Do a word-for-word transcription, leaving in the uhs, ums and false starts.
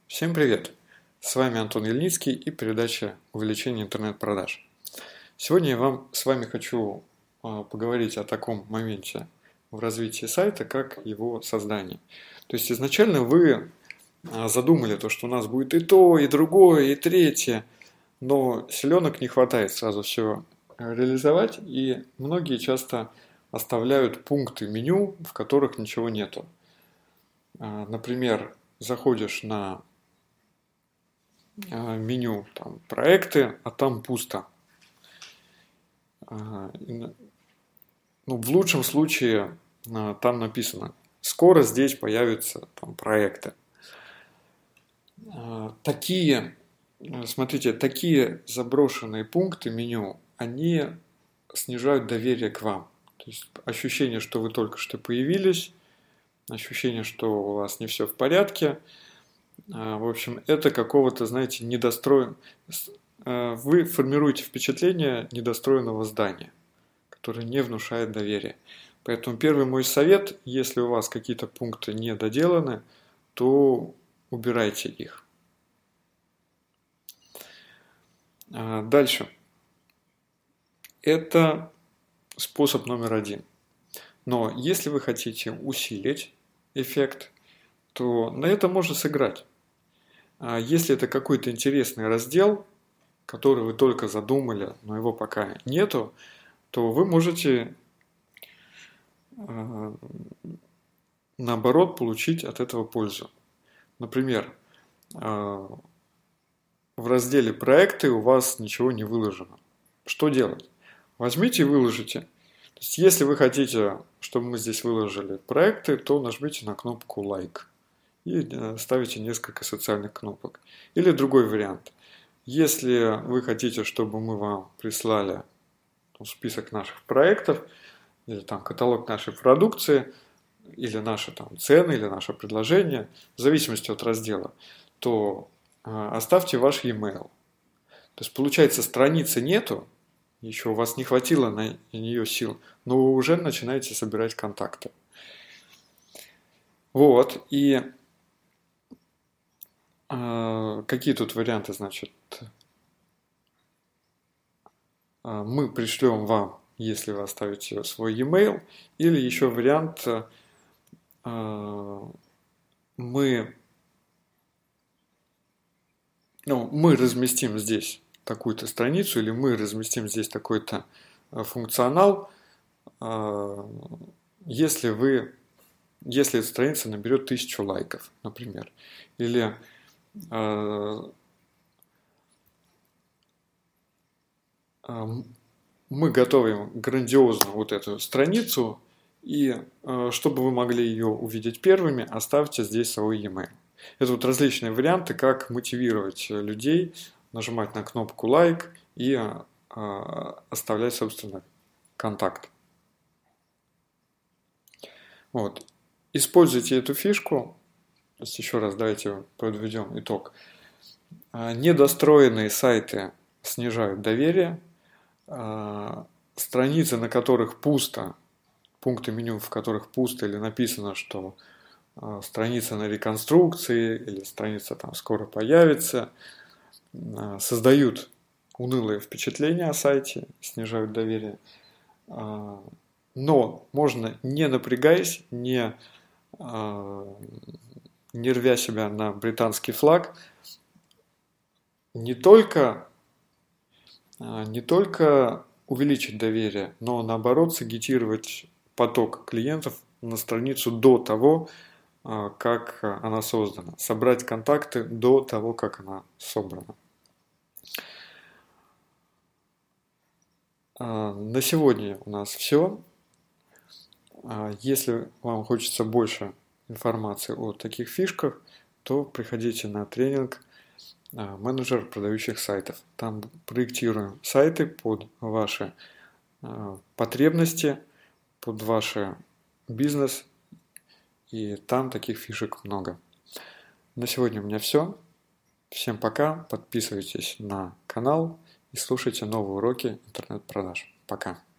Всем привет! С вами Антон Ельницкий и передача «Увеличение интернет-продаж». Сегодня я вам, с вами хочу а, поговорить о таком моменте в развитии сайта, как его создание. То есть изначально вы а, задумали то, что у нас будет и то, и другое, и третье, но силенок не хватает сразу все реализовать, и многие часто оставляют пункты меню, в которых ничего нету. А, например, заходишь на меню там, проекты, а там пусто. Ну, в лучшем случае там написано: скоро здесь появятся там, проекты. Такие, смотрите, такие заброшенные пункты меню, они снижают доверие к вам. То есть ощущение, что вы только что появились, ощущение, что у вас не все в порядке. В общем, это какого-то, знаете, недостроен... Вы формируете впечатление недостроенного здания, которое не внушает доверия. Поэтому первый мой совет: если у вас какие-то пункты не доделаны, то убирайте их. Дальше. Это способ номер один. Но если вы хотите усилить эффект, то на это можно сыграть. Если это какой-то интересный раздел, который вы только задумали, но его пока нету, то вы можете наоборот получить от этого пользу. Например, в разделе «Проекты» у вас ничего не выложено. Что делать? Возьмите и выложите. То есть, если вы хотите, чтобы мы здесь выложили проекты, то нажмите на кнопку «Лайк» и ставите несколько социальных кнопок. Или другой вариант. Если вы хотите, чтобы мы вам прислали список наших проектов, или там каталог нашей продукции, или наши там цены, или наше предложение, в зависимости от раздела, то оставьте ваш e-mail. То есть, получается, страницы нету, еще у вас не хватило на нее сил, но вы уже начинаете собирать контакты. Вот, и какие тут варианты, значит, мы пришлем вам, если вы оставите свой e-mail, или еще вариант, мы, ну, мы разместим здесь такую-то страницу, или мы разместим здесь такой-то функционал, если вы, если эта страница наберет тысячу лайков, например, или мы готовим грандиозную вот эту страницу, и чтобы вы могли ее увидеть первыми, оставьте здесь свой e-mail. Это вот различные варианты, как мотивировать людей нажимать на кнопку лайк и оставлять, собственно, контакт. Вот. Используйте эту фишку. То есть, еще раз давайте подведем итог. Недостроенные сайты снижают доверие. Страницы, на которых пусто, пункты меню, в которых пусто или написано, что страница на реконструкции или страница там скоро появится, создают унылое впечатление о сайте, снижают доверие. Но можно, не напрягаясь, не, не рвя себя на британский флаг, не только, не только увеличить доверие, но наоборот сагитировать поток клиентов на страницу до того, как она создана. Собрать контакты до того, как она собрана. На сегодня у нас все. Если вам хочется больше информации о таких фишках, то приходите на тренинг «Менеджер продающих сайтов». Там проектируем сайты под ваши потребности, под ваш бизнес, и там таких фишек много. На сегодня у меня все. Всем пока, подписывайтесь на канал и слушайте новые уроки интернет-продаж. Пока.